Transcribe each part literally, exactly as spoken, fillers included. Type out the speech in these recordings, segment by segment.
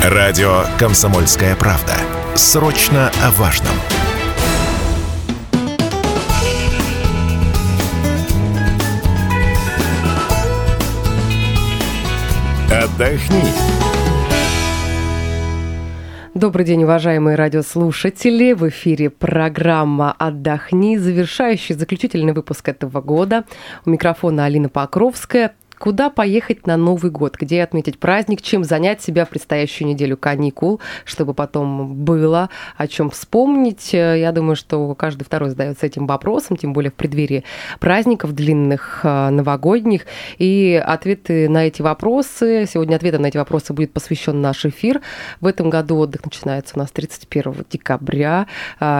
Радио «Комсомольская правда». Срочно о важном. Отдохни. Добрый день, уважаемые радиослушатели. В эфире программа «Отдохни», завершающий заключительный выпуск этого года. У микрофона Алина Покровская. Куда поехать на Новый год? Где отметить праздник? Чем занять себя в предстоящую неделю каникул, чтобы потом было о чем вспомнить? Я думаю, что каждый второй задается этим вопросом, тем более в преддверии праздников длинных, новогодних. И ответы на эти вопросы, сегодня ответы на эти вопросы будет посвящен наш эфир. В этом году отдых начинается у нас тридцать первого декабря,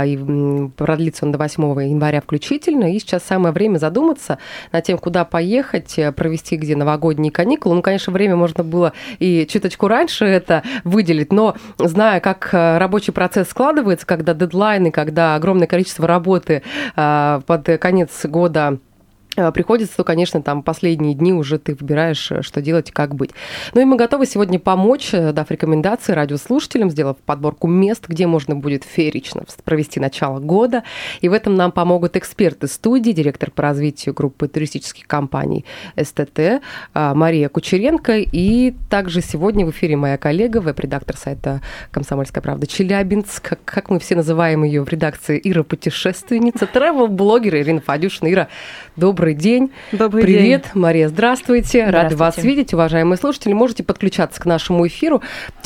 и продлится он до восьмого января включительно. И сейчас самое время задуматься над тем, куда поехать, провести где новогодние каникулы. Ну, конечно, время можно было и чуточку раньше это выделить, но зная, как рабочий процесс складывается, когда дедлайны, когда огромное количество работы под конец года приходится, то, конечно, там последние дни уже ты выбираешь, что делать и как быть. Ну и мы готовы сегодня помочь, дав рекомендации радиослушателям, сделав подборку мест, где можно будет феерично провести начало года. И в этом нам помогут эксперты студии, директор по развитию группы туристических компаний СТТ Мария Кучеренко. И также сегодня в эфире моя коллега, веб-редактор сайта «Комсомольская правда» Челябинск, как, как мы все называем ее в редакции, Ира Путешественница, тревел-блогер Ирина Фадюшина. Ира, добрый день. Добрый Привет, день. Мария, здравствуйте. Здравствуйте. Рада вас видеть, уважаемые слушатели. Можете подключаться к нашему эфиру.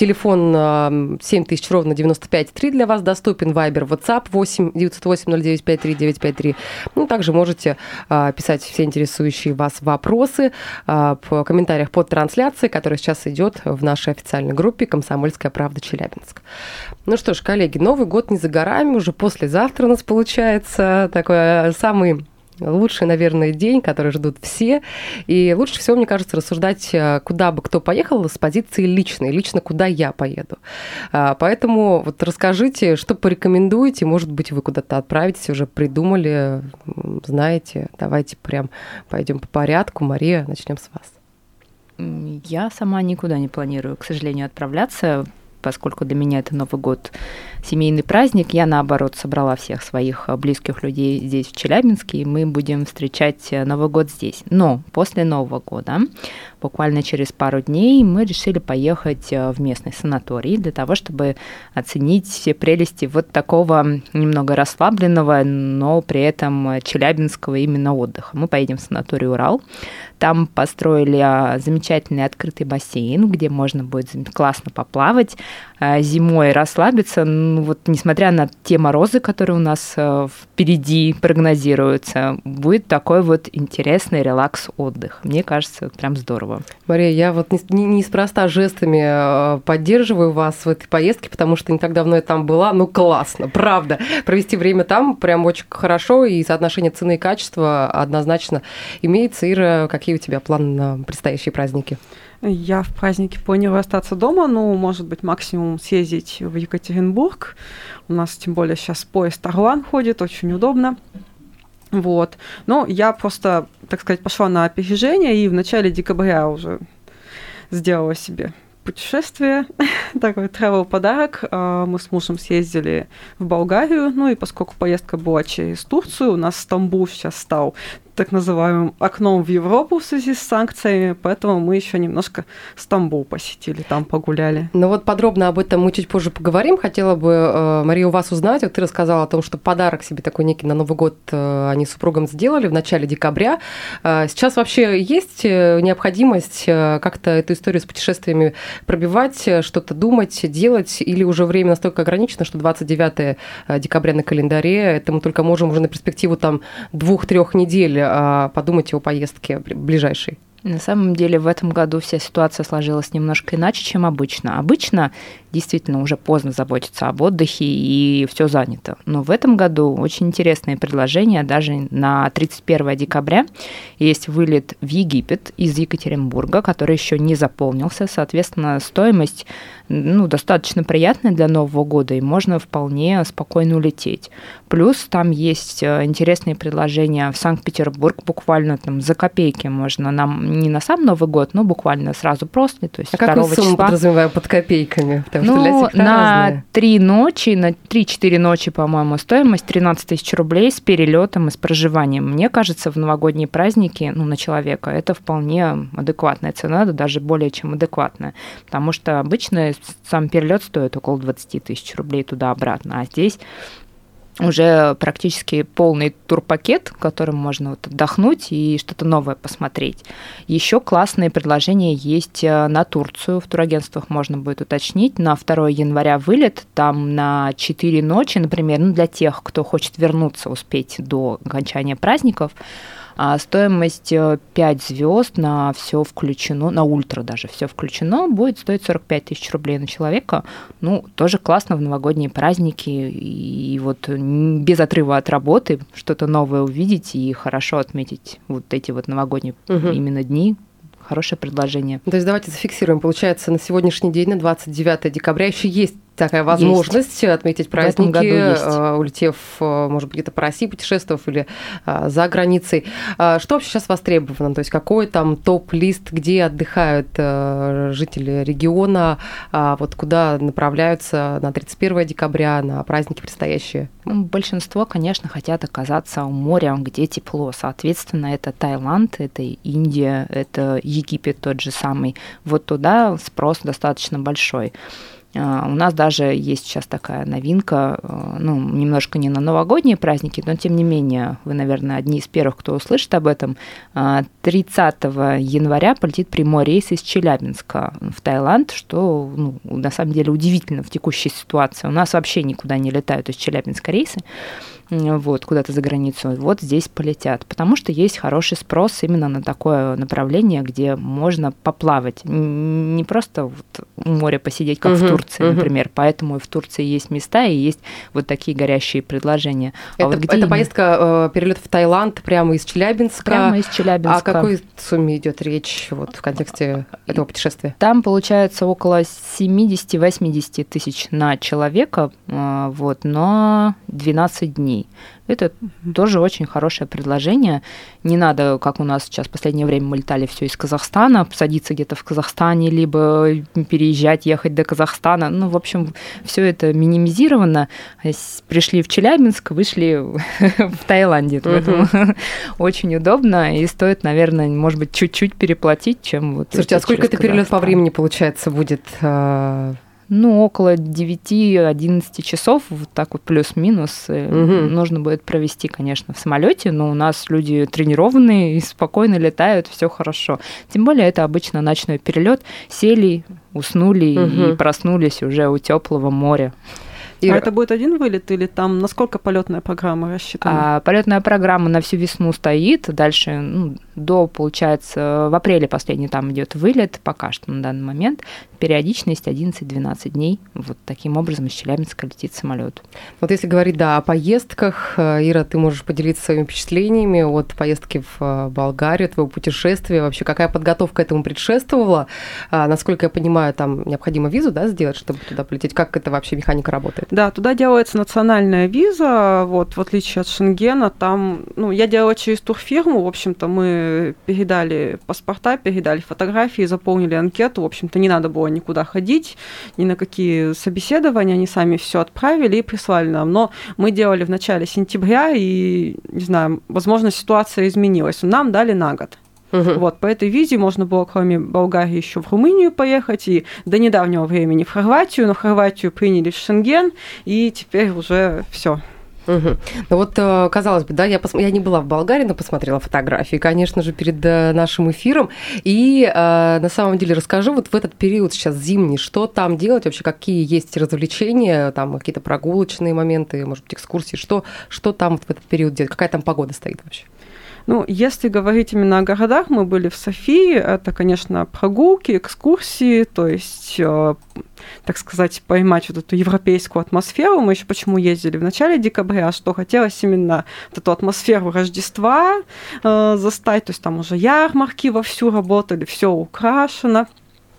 Телефон семь тысяч ровно девяносто пять три для вас доступен. Вайбер, WhatsApp восемь девятьсот восемь ноль девять пять три девять пять три. Ну, также можете а, писать все интересующие вас вопросы а, в комментариях под трансляцией, которая сейчас идет в нашей официальной группе «Комсомольская правда Челябинск». Ну что ж, коллеги, Новый год не за горами, уже послезавтра у нас получается такой самый лучший, наверное, день, который ждут все. И лучше всего, мне кажется, рассуждать, куда бы кто поехал, с позиции личной, лично куда я поеду. Поэтому вот расскажите, что порекомендуете, может быть, вы куда-то отправитесь, уже придумали, знаете. Давайте прям пойдем по порядку. Мария, начнем с вас. Я сама никуда не планирую, к сожалению, отправляться, поскольку для меня это Новый год, семейный праздник. Я, наоборот, собрала всех своих близких людей здесь, в Челябинске, и мы будем встречать Новый год здесь. Но после Нового года, буквально через пару дней, мы решили поехать в местный санаторий для того, чтобы оценить все прелести вот такого немного расслабленного, но при этом челябинского именно отдыха. Мы поедем в санаторий «Урал». Там построили замечательный открытый бассейн, где можно будет классно поплавать, зимой расслабиться. Ну, вот, несмотря на те морозы, которые у нас впереди прогнозируются, будет такой вот интересный релакс-отдых. Мне кажется, прям здорово. Мария, я вот неспроста жестами поддерживаю вас в этой поездке, потому что не так давно я там была. Ну, классно, правда. Провести время там прям очень хорошо, и соотношение цены и качества однозначно имеется. Ира, какие у тебя планы на предстоящие праздники? Я в празднике планирую остаться дома, ну, может быть, максимум съездить в Екатеринбург. У нас, тем более, сейчас поезд «Орлан» ходит, очень удобно. Вот. Но я просто, так сказать, пошла на опережение, и в начале декабря уже сделала себе путешествие, такой travel-подарок. Мы с мужем съездили в Болгарию, ну и поскольку поездка была через Турцию, у нас Стамбул сейчас стал так называемым окном в Европу в связи с санкциями, поэтому мы еще немножко Стамбул посетили, там погуляли. Ну вот подробно об этом мы чуть позже поговорим. Хотела бы, Мария, у вас узнать. Вот ты рассказала о том, что подарок себе такой некий на Новый год они с супругом сделали в начале декабря. Сейчас вообще есть необходимость как-то эту историю с путешествиями пробивать, что-то думать, делать, или уже время настолько ограничено, что двадцать девятого декабря на календаре, это мы только можем уже на перспективу там двух-трех недель подумать о поездке ближайшей? На самом деле в этом году вся ситуация сложилась немножко иначе, чем обычно. Обычно действительно уже поздно заботиться об отдыхе и все занято. Но в этом году очень интересное предложение. Даже на тридцать первого декабря есть вылет в Египет из Екатеринбурга, который еще не заполнился. Соответственно, стоимость ну, достаточно приятное для Нового года, и можно вполне спокойно улететь. Плюс там есть интересные предложения в Санкт-Петербург, буквально там за копейки можно, нам не на сам Новый год, но буквально сразу после, то есть а второго числа. А какую сумму подразумеваю под копейками? Потому ну, что для всех на разные. три ночи, на три-четыре ночи, по-моему, стоимость тринадцать тысяч рублей с перелетом и с проживанием. Мне кажется, в новогодние праздники, ну, на человека это вполне адекватная цена, да, даже более чем адекватная, потому что обычно сам перелет стоит около двадцать тысяч рублей туда-обратно, а здесь уже практически полный турпакет, которым можно вот отдохнуть и что-то новое посмотреть. Еще классные предложения есть на Турцию. В турагентствах можно будет уточнить. На второго января вылет, там на четыре ночи, например, ну, для тех, кто хочет вернуться, успеть до окончания праздников. А стоимость пять звезд на все включено, на ультра даже все включено, будет стоить сорок пять тысяч рублей на человека. Ну, тоже классно в новогодние праздники. И вот без отрыва от работы что-то новое увидеть и хорошо отметить вот эти вот новогодние угу. именно дни. Хорошее предложение. То есть давайте зафиксируем. Получается, на сегодняшний день, на двадцать девятое декабря, еще есть такая возможность есть. отметить праздники, улетев, может быть, где-то по России путешествовав или за границей. Что вообще сейчас востребовано? То есть какой там топ-лист, где отдыхают жители региона, вот куда направляются на тридцать первое декабря, на праздники предстоящие? Большинство, конечно, хотят оказаться у моря, где тепло. Соответственно, это Таиланд, это Индия, это Египет тот же самый. Вот туда спрос достаточно большой. У нас даже есть сейчас такая новинка, ну, немножко не на новогодние праздники, но тем не менее, вы, наверное, одни из первых, кто услышит об этом. тридцатого января полетит прямой рейс из Челябинска в Таиланд, что, ну, на самом деле удивительно в текущей ситуации. У нас вообще никуда не летают из Челябинска рейсы, вот, куда-то за границу, вот здесь полетят, потому что есть хороший спрос именно на такое направление, где можно поплавать, не просто вот у моря посидеть, как uh-huh, в Турции, uh-huh. например, поэтому и в Турции есть места и есть вот такие горящие предложения. Это, а вот это поездка, перелет в Таиланд прямо из Челябинска? Прямо из Челябинска. О какой сумме идет речь вот в контексте этого путешествия? Там получается около семьдесят-восемьдесят тысяч на человека, вот, на двенадцать дней. Это тоже очень хорошее предложение. Не надо, как у нас сейчас в последнее время мы летали все из Казахстана, садиться где-то в Казахстане, либо переезжать, ехать до Казахстана. Ну, в общем, все это минимизировано. Пришли в Челябинск, вышли в Таиланде. Поэтому очень удобно и стоит, наверное, может быть, чуть-чуть переплатить, чем вот. Слушайте, а сколько это перелет по времени, получается, будет? Ну, около девять-одиннадцать часов, вот так вот плюс-минус, угу. нужно будет провести, конечно, в самолете, но у нас люди тренированные и спокойно летают, все хорошо. Тем более это обычно ночной перелет, сели, уснули угу. и проснулись уже у теплого моря. Ира. А это будет один вылет или там насколько полетная программа рассчитана? А, полетная программа на всю весну стоит. Дальше, ну, до, получается, в апреле последний там идет вылет, пока что на данный момент. Периодичность одиннадцать-двенадцать дней. Вот таким образом из Челябинска летит самолет. Вот если говорить, да, о поездках, Ира, ты можешь поделиться своими впечатлениями от поездки в Болгарию, твоего путешествия. Вообще, какая подготовка этому предшествовала? А, насколько я понимаю, там необходимо визу, да, сделать, чтобы туда полететь. Как это вообще механика работает? Да, туда делается национальная виза, вот, в отличие от Шенгена, там, ну, я делала через турфирму, в общем-то, мы передали паспорта, передали фотографии, заполнили анкету, в общем-то, не надо было никуда ходить, ни на какие собеседования, они сами все отправили и прислали нам, но мы делали в начале сентября, и, не знаю, возможно, ситуация изменилась, нам дали на год. Uh-huh. Вот, по этой визе можно было, кроме Болгарии, еще в Румынию поехать, и до недавнего времени в Хорватию, но Хорватию приняли в Шенген, и теперь уже все. Угу. Ну вот, казалось бы, да, я, пос... я не была в Болгарии, но посмотрела фотографии, конечно же, перед нашим эфиром. И э, на самом деле расскажу, вот в этот период сейчас зимний, что там делать вообще, какие есть развлечения, там какие-то прогулочные моменты, может быть, экскурсии, что, что там вот в этот период делать, какая там погода стоит вообще? Ну, если говорить именно о городах, мы были в Софии, это, конечно, прогулки, экскурсии, то есть, э, так сказать, поймать вот эту европейскую атмосферу. Мы еще почему ездили в начале декабря, что хотелось именно вот эту атмосферу Рождества э, застать, то есть там уже ярмарки вовсю работали, все украшено.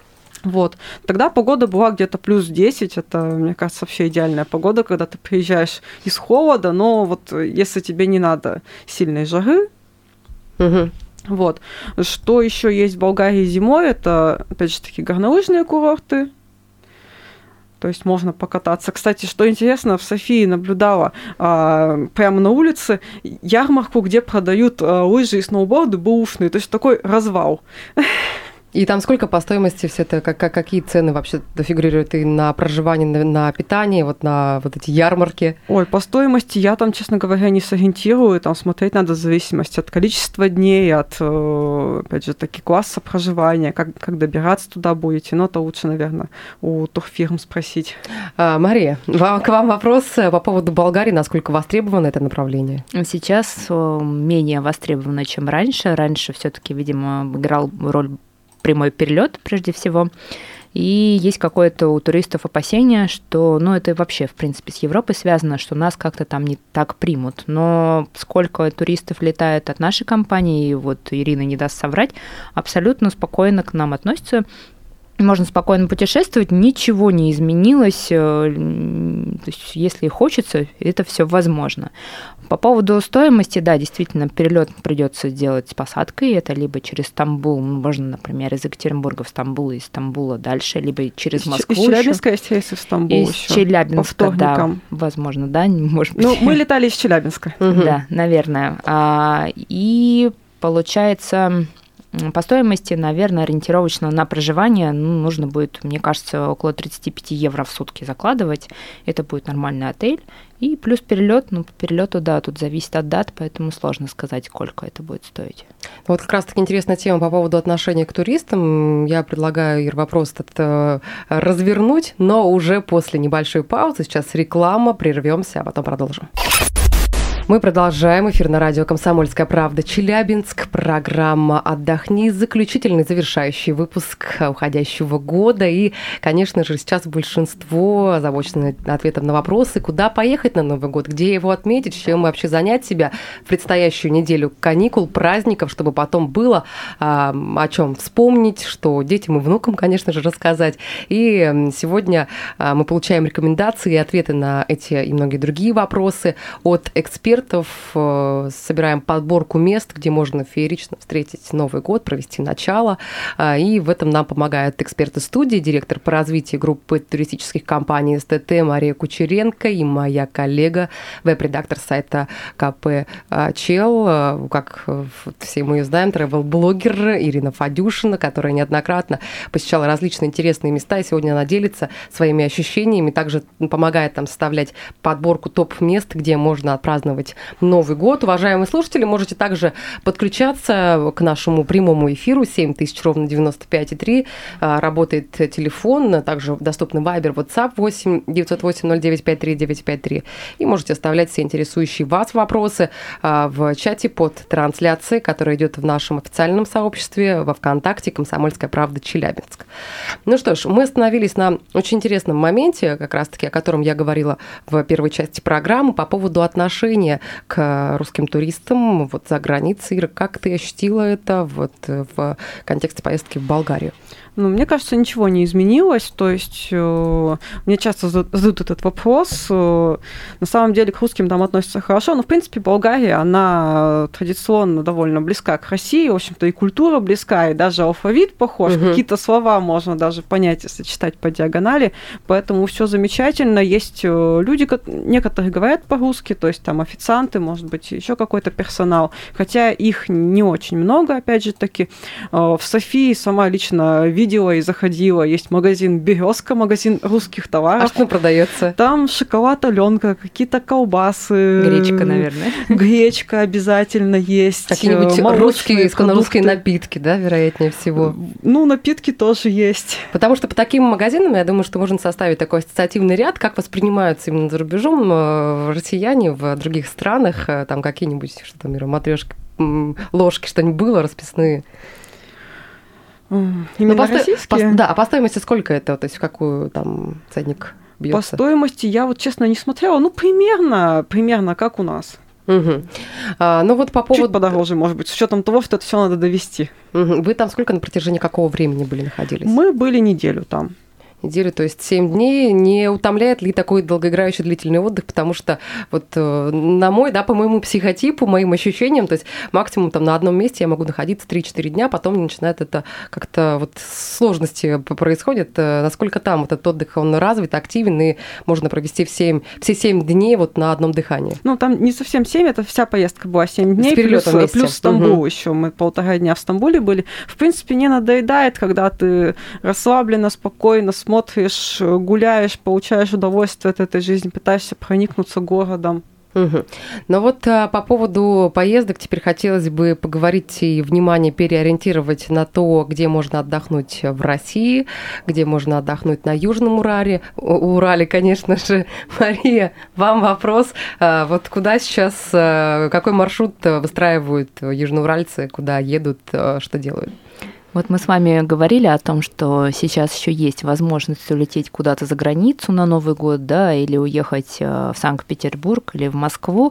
Вот. Тогда погода была где-то плюс десять. Это, мне кажется, вообще идеальная погода, когда ты приезжаешь из холода, но вот если тебе не надо сильной жары. Угу. Вот. Что еще есть в Болгарии зимой, это, опять же, такие горнолыжные курорты. То есть можно покататься. Кстати, что интересно, в Софии наблюдала а, прямо на улице ярмарку, где продают а, лыжи и сноуборды бэушные. То есть такой развал. И там сколько по стоимости все это, как, как, какие цены вообще фигурируют и на проживание, на, на питание, вот на вот эти ярмарки? Ой, по стоимости я там, честно говоря, не сориентирую. Там смотреть надо в зависимости от количества дней, от, опять же, таки класса проживания, как, как добираться туда будете. Но это лучше, наверное, у турфирм спросить. А, Мария, вам, к вам вопрос по поводу Болгарии. Насколько востребовано это направление? Сейчас менее востребовано, чем раньше. Раньше все-таки, видимо, играл роль прямой перелет прежде всего. И есть какое-то у туристов опасение, что, ну, это вообще, в принципе, с Европой связано, что нас как-то там не так примут. Но сколько туристов летает от нашей компании, и вот Ирина не даст соврать, абсолютно спокойно к нам относятся. Можно спокойно путешествовать, ничего не изменилось. То есть, если хочется, это все возможно. По поводу стоимости, да, действительно, перелет придется делать с посадкой. Это либо через Стамбул, можно, например, из Екатеринбурга в Стамбул, из Стамбула дальше, либо через Москву. Из Челябинска есть рейсы в Стамбул из еще. Челябинска, да, возможно, да, может быть. Ну, мы летали из Челябинска. Да, наверное. И получается, по стоимости, наверное, ориентировочно на проживание, ну, нужно будет, мне кажется, около тридцать пять евро в сутки закладывать. Это будет нормальный отель. И плюс перелет, ну, по перелету, да, тут зависит от дат, поэтому сложно сказать, сколько это будет стоить. Вот как раз-таки интересная тема по поводу отношения к туристам. Я предлагаю, Ир, вопрос этот развернуть, но уже после небольшой паузы. Сейчас реклама, прервемся, а потом продолжим. Мы продолжаем. Эфир на радио «Комсомольская правда» Челябинск. Программа «Отдохни». Заключительный, завершающий выпуск уходящего года. И, конечно же, сейчас большинство озабочено ответом на вопросы, куда поехать на Новый год, где его отметить, чем вообще занять себя в предстоящую неделю каникул, праздников, чтобы потом было а, о чем вспомнить, что детям и внукам, конечно же, рассказать. И сегодня а, мы получаем рекомендации и ответы на эти и многие другие вопросы от экспертов. Собираем подборку мест, где можно феерично встретить Новый год, провести начало. И в этом нам помогают эксперты студии, директор по развитию группы туристических компаний СТТ Мария Кучеренко и моя коллега, веб-редактор сайта КП Чел, как все мы ее знаем, travel-блогер Ирина Фадюшина, которая неоднократно посещала различные интересные места, и сегодня она делится своими ощущениями, также помогает нам составлять подборку топ-мест, где можно отпраздновать Новый год. Уважаемые слушатели, можете также подключаться к нашему прямому эфиру семь тысяч ровно девяносто пять и три. Работает телефон, также доступны Вайбер, WhatsApp восемь девятьсот восемь ноль девять пять три девять пять три. И можете оставлять все интересующие вас вопросы в чате под трансляцией, которая идет в нашем официальном сообществе во ВКонтакте «Комсомольская правда Челябинск». Ну что ж, мы остановились на очень интересном моменте, как раз-таки, о котором я говорила в первой части программы, по поводу отношения к русским туристам вот за границей. Ира, как ты ощутила это вот в контексте поездки в Болгарию? Ну, мне кажется, ничего не изменилось. То есть э, мне часто задают этот вопрос. Э, на самом деле к русским там относятся хорошо. Но, в принципе, Болгария, она традиционно довольно близка к России. В общем-то, и культура близка, и даже алфавит похож. Угу. Какие-то слова можно даже понять, если читать по диагонали. Поэтому все замечательно. Есть люди, некоторые говорят по-русски, то есть там официанты, может быть, еще какой-то персонал. Хотя их не очень много, опять же таки. Э, в Софии сама лично видела и заходила. Есть магазин «Березка», магазин русских товаров. А что продается? Там шоколад Аленка, какие-то колбасы. Гречка, наверное. Гречка обязательно есть. Какие-нибудь русские, русские напитки, да, вероятнее всего? Ну, напитки тоже есть. Потому что по таким магазинам, я думаю, что можно составить такой ассоциативный ряд, как воспринимаются именно за рубежом россияне в других странах. Там какие-нибудь, что там, матрешки, ложки, что-нибудь было, расписные. Именно по российские? По, да, а по стоимости сколько это? То есть в какую там ценник бьется? По стоимости я вот честно не смотрела. Ну, примерно, примерно как у нас. Угу. А, ну вот по поводу... Чуть подороже, может быть, с учетом того, что это все надо довести. Угу. Вы там сколько на протяжении какого времени были находились? Мы были неделю там. Неделю, то есть семь дней. Не утомляет ли такой долгоиграющий длительный отдых? Потому что вот на мой, да, по моему психотипу, моим ощущениям, то есть максимум там на одном месте я могу находиться три-четыре дня, потом начинает это как-то вот сложности происходят. Насколько там вот этот отдых, он развит, активен, и можно провести все, все семь дней вот на одном дыхании? Ну, там не совсем семь, это вся поездка была семь дней, плюс, плюс Стамбул угу. еще. Мы полтора дня в Стамбуле были. В принципе, не надоедает, когда ты расслабленно, спокойно смотришь, смотришь, гуляешь, получаешь удовольствие от этой жизни, пытаешься проникнуться городом. Угу. Но вот а, по поводу поездок теперь хотелось бы поговорить и внимание переориентировать на то, где можно отдохнуть в России, где можно отдохнуть на Южном Урале. Урале, конечно же. Мария, вам вопрос. А, вот куда сейчас, а, какой маршрут выстраивают южноуральцы, куда едут, а, что делают? Вот мы с вами говорили о том, что сейчас еще есть возможность улететь куда-то за границу на Новый год, да, или уехать в Санкт-Петербург или в Москву.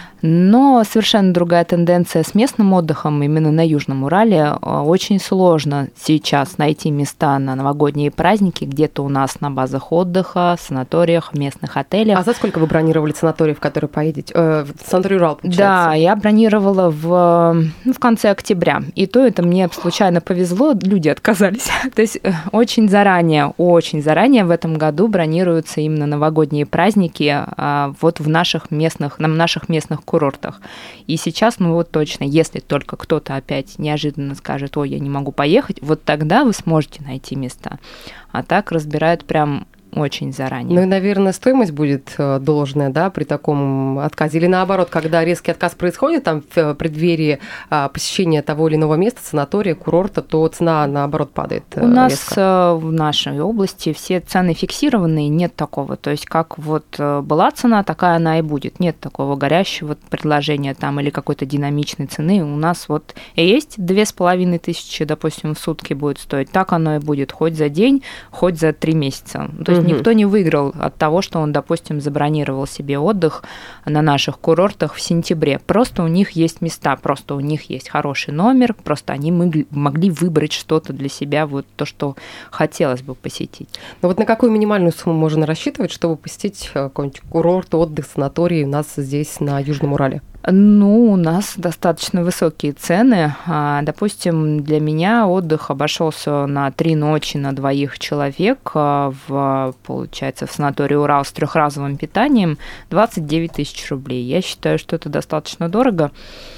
Но совершенно другая тенденция с местным отдыхом именно на Южном Урале. Очень сложно сейчас найти места на новогодние праздники где-то у нас на базах отдыха, санаториях, местных отелях. А за сколько вы бронировали санаторий, в который поедете? Э, санаторий Урал, получается? Да, я бронировала в, ну, в конце октября. И то это мне случайно повезло, люди отказались. То есть очень заранее, очень заранее в этом году бронируются именно новогодние праздники вот в наших местных, на наших местных курортах. И сейчас, ну вот точно, если только кто-то опять неожиданно скажет, ой, я не могу поехать, вот тогда вы сможете найти места. А так разбирают прям очень заранее. Ну и, наверное, стоимость будет должная, да, при таком отказе. Или наоборот, когда резкий отказ происходит там в преддверии посещения того или иного места, санатория, курорта, то цена, наоборот, падает У нас резко. В нашей области все цены фиксированные, нет такого. То есть как вот была цена, такая она и будет. Нет такого горящего предложения там или какой-то динамичной цены. У нас вот есть две с половиной тысячи, допустим, в сутки будет стоить. Так оно и будет, хоть за день, хоть за три месяца. То есть никто не выиграл от того, что он, допустим, забронировал себе отдых на наших курортах в сентябре. Просто у них есть места, просто у них есть хороший номер, просто они могли, могли выбрать что-то для себя, вот то, что хотелось бы посетить. Но вот на какую минимальную сумму можно рассчитывать, чтобы посетить какой-нибудь курорт, отдых, санаторий у нас здесь на Южном Урале? Ну, у нас достаточно высокие цены. Допустим, для меня отдых обошелся на три ночи на двоих человек в, получается, в санатории Урал с трехразовым питанием двадцать девять тысяч рублей. Я считаю, что это достаточно дорого.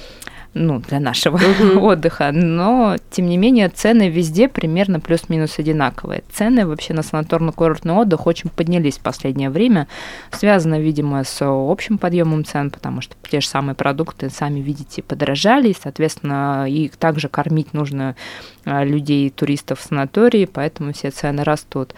Ну, для нашего uh-huh. отдыха, но, тем не менее, цены везде примерно плюс-минус одинаковые. Цены вообще на санаторно-курортный отдых очень поднялись в последнее время, связано, видимо, с общим подъемом цен, потому что те же самые продукты, сами видите, подорожали, и, соответственно, их также кормить нужно людей, туристов в санатории, поэтому все цены растут.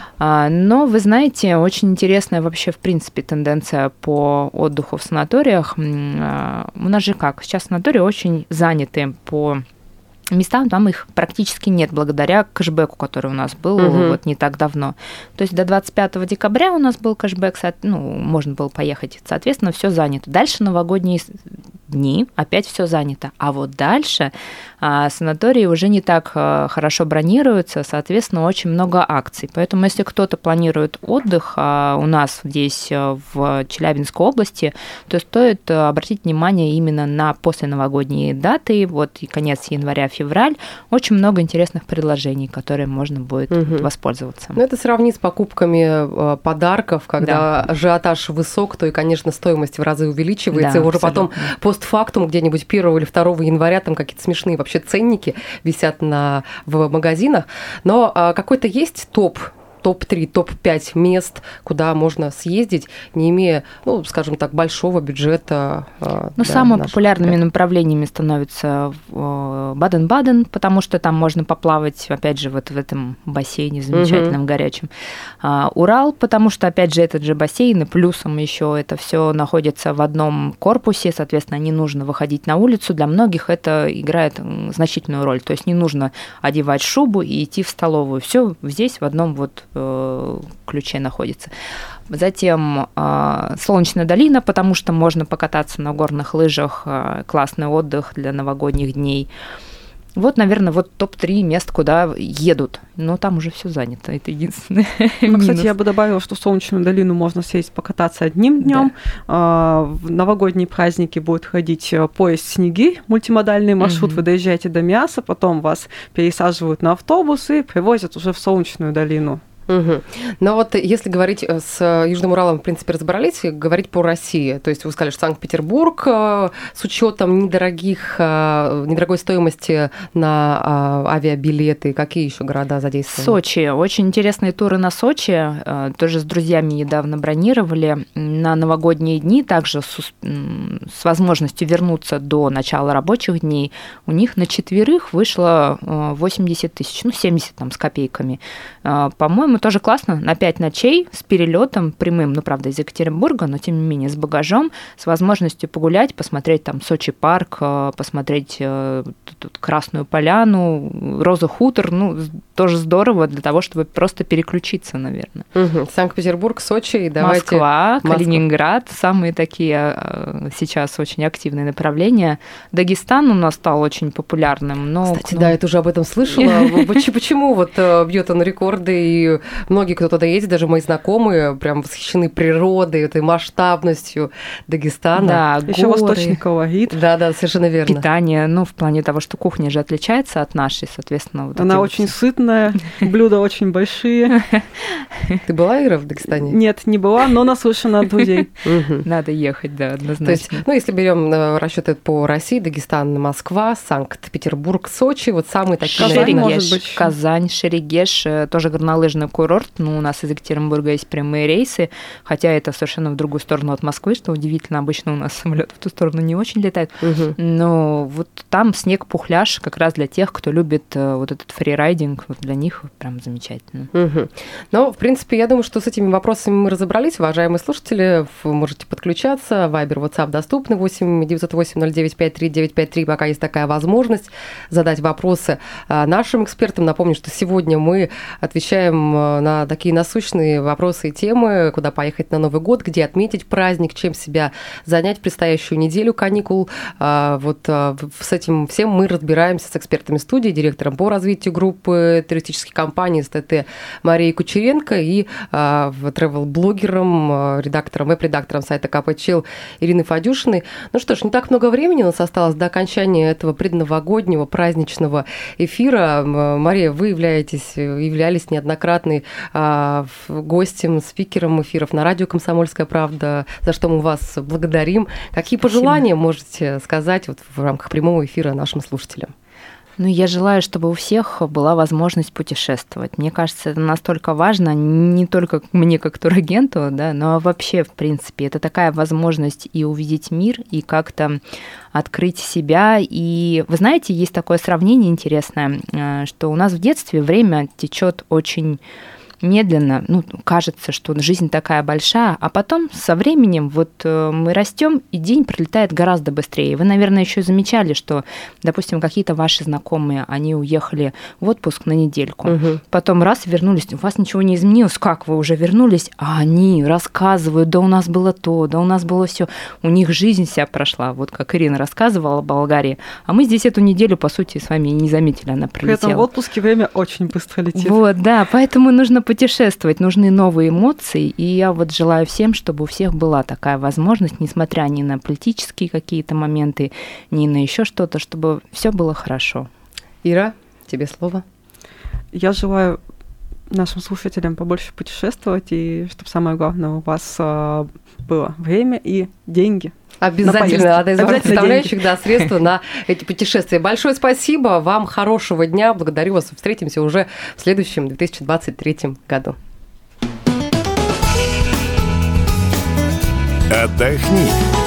Но, вы знаете, очень интересная вообще, в принципе, тенденция по отдыху в санаториях. У нас же как? Сейчас санатории очень заняты по местам, там их практически нет, благодаря кэшбэку, который у нас был угу. вот не так давно. То есть до двадцать пятого декабря у нас был кэшбэк, ну, можно было поехать, соответственно, все занято. Дальше новогодние дни, опять все занято. А вот дальше а, санатории уже не так а, хорошо бронируются, соответственно, очень много акций. Поэтому, если кто-то планирует отдых а, у нас здесь в Челябинской области, то стоит обратить внимание именно на посленовогодние даты, вот и конец января, февраль, очень много интересных предложений, которые можно будет угу. воспользоваться. Ну, это сравнить с покупками подарков, когда да. ажиотаж высок, то и, конечно, стоимость в разы увеличивается, да, и уже абсолютно. Потом постфактум где-нибудь первого или второго января там какие-то смешные вообще ценники висят на, в магазинах. Но а, какой-то есть топ? топ-три, топ-пять мест, куда можно съездить, не имея, ну, скажем так, большого бюджета. Ну, да, самыми популярными ребят. направлениями становятся Баден-Баден, потому что там можно поплавать, опять же, вот в этом бассейне замечательном, угу. горячем. Урал, потому что, опять же, этот же бассейн, и плюсом еще это все находится в одном корпусе, соответственно, не нужно выходить на улицу. Для многих это играет значительную роль. То есть не нужно одевать шубу и идти в столовую. Все здесь в одном вот в ключе находится. Затем э, Солнечная долина, потому что можно покататься на горных лыжах, э, классный отдых для новогодних дней. Вот, наверное, вот топ-три мест, куда едут. Но там уже все занято. Это единственное. Ну, кстати, я бы добавила, что в Солнечную долину можно съездить покататься одним днем. Да. В новогодние праздники будет ходить поезд «Снегирь», мультимодальный маршрут. Угу. Вы доезжаете до Миаса, потом вас пересаживают на автобус и привозят уже в Солнечную долину. Угу. Но вот если говорить с Южным Уралом, в принципе, разобрались, говорить по России, то есть вы сказали, что Санкт-Петербург с учетом недорогих, недорогой стоимости на авиабилеты, какие еще города задействованы? Сочи. Очень интересные туры на Сочи. Тоже с друзьями недавно бронировали на новогодние дни, также с, с возможностью вернуться до начала рабочих дней. У них на четверых вышло восемьдесят тысяч, ну, семьдесят там с копейками. По-моему, тоже классно, на пять ночей с перелетом прямым, ну, правда, из Екатеринбурга, но, тем не менее, с багажом, с возможностью погулять, посмотреть там Сочи парк, посмотреть тут Красную Поляну, Роза Хутор, ну, тоже здорово для того, чтобы просто переключиться, наверное. Угу. Санкт-Петербург, Сочи, и давайте... Москва, Калининград, самые такие сейчас очень активные направления. Дагестан у нас стал очень популярным, но... Кстати, ну... да, я тоже об этом слышала. Почему вот бьет он рекорды, и многие, кто туда едет, даже мои знакомые, прям восхищены природой, этой масштабностью Дагестана. Да, еще горы. Восточный колорит. Да, да, совершенно верно. Питание, ну, в плане того, что кухня же отличается от нашей, соответственно. Вот она очень вот... сытная, блюда очень большие. Ты была, Ира, в Дагестане? Нет, не была, но наслышана от друзей. Надо ехать, да, однозначно. То есть, ну, если берем расчеты по России, Дагестан, Москва, Санкт-Петербург, Сочи, вот самые такие, наверное... Казань, Шерегеш, тоже горнолыжный курорт. Ну, у нас из Екатеринбурга есть прямые рейсы, хотя это совершенно в другую сторону от Москвы, что удивительно. Обычно у нас самолет в ту сторону не очень летает. Угу. Но вот там снег-пухляж как раз для тех, кто любит вот этот фрирайдинг. Вот для них прям замечательно. Угу. Ну, в принципе, я думаю, что с этими вопросами мы разобрались. Уважаемые слушатели, вы можете подключаться. Вайбер, WhatsApp доступны. восемь девятьсот восемь ноль девять пять три девять пять три. Пока есть такая возможность задать вопросы нашим экспертам. Напомню, что сегодня мы отвечаем на такие насущные вопросы и темы, куда поехать на Новый год, где отметить праздник, чем себя занять в предстоящую неделю каникул. Вот с этим всем мы разбираемся с экспертами студии, директором по развитию группы туристических компаний СТТ Марией Кучеренко и тревел-блогером, редактором, веб-редактором сайта КП.Чил Ириной Фадюшиной. Ну что ж, не так много времени у нас осталось до окончания этого предновогоднего праздничного эфира. Мария, вы являетесь, являлись неоднократной а, гостем, спикером эфиров на радио «Комсомольская правда», за что мы вас благодарим. Какие пожелания Спасибо. Можете сказать вот в рамках прямого эфира нашим слушателям? Ну, я желаю, чтобы у всех была возможность путешествовать. Мне кажется, это настолько важно, не только мне как турагенту, да, но вообще, в принципе, это такая возможность и увидеть мир, и как-то открыть себя. И вы знаете, есть такое сравнение интересное, что у нас в детстве время течет очень медленно, ну, кажется, что жизнь такая большая, а потом со временем вот мы растем, и день пролетает гораздо быстрее. Вы, наверное, еще замечали, что, допустим, какие-то ваши знакомые, они уехали в отпуск на недельку, угу. потом раз вернулись, у вас ничего не изменилось, как вы уже вернулись, а они рассказывают, да у нас было то, да у нас было все, у них жизнь вся прошла, вот как Ирина рассказывала о Болгарии, а мы здесь эту неделю, по сути, с вами не заметили, она пролетела. При этом в отпуске время очень быстро летит. Вот, да, поэтому нужно путешествовать, нужны новые эмоции, и я вот желаю всем, чтобы у всех была такая возможность, несмотря ни на политические какие-то моменты, ни на еще что-то, чтобы все было хорошо. Ира, тебе слово. Я желаю нашим слушателям побольше путешествовать, и чтобы самое главное у вас было время и деньги. Обязательно, одна из ваших составляющих, да, средства на эти путешествия. Большое спасибо, вам хорошего дня, благодарю вас, встретимся уже в следующем две тысячи двадцать третьем году. Отдохни.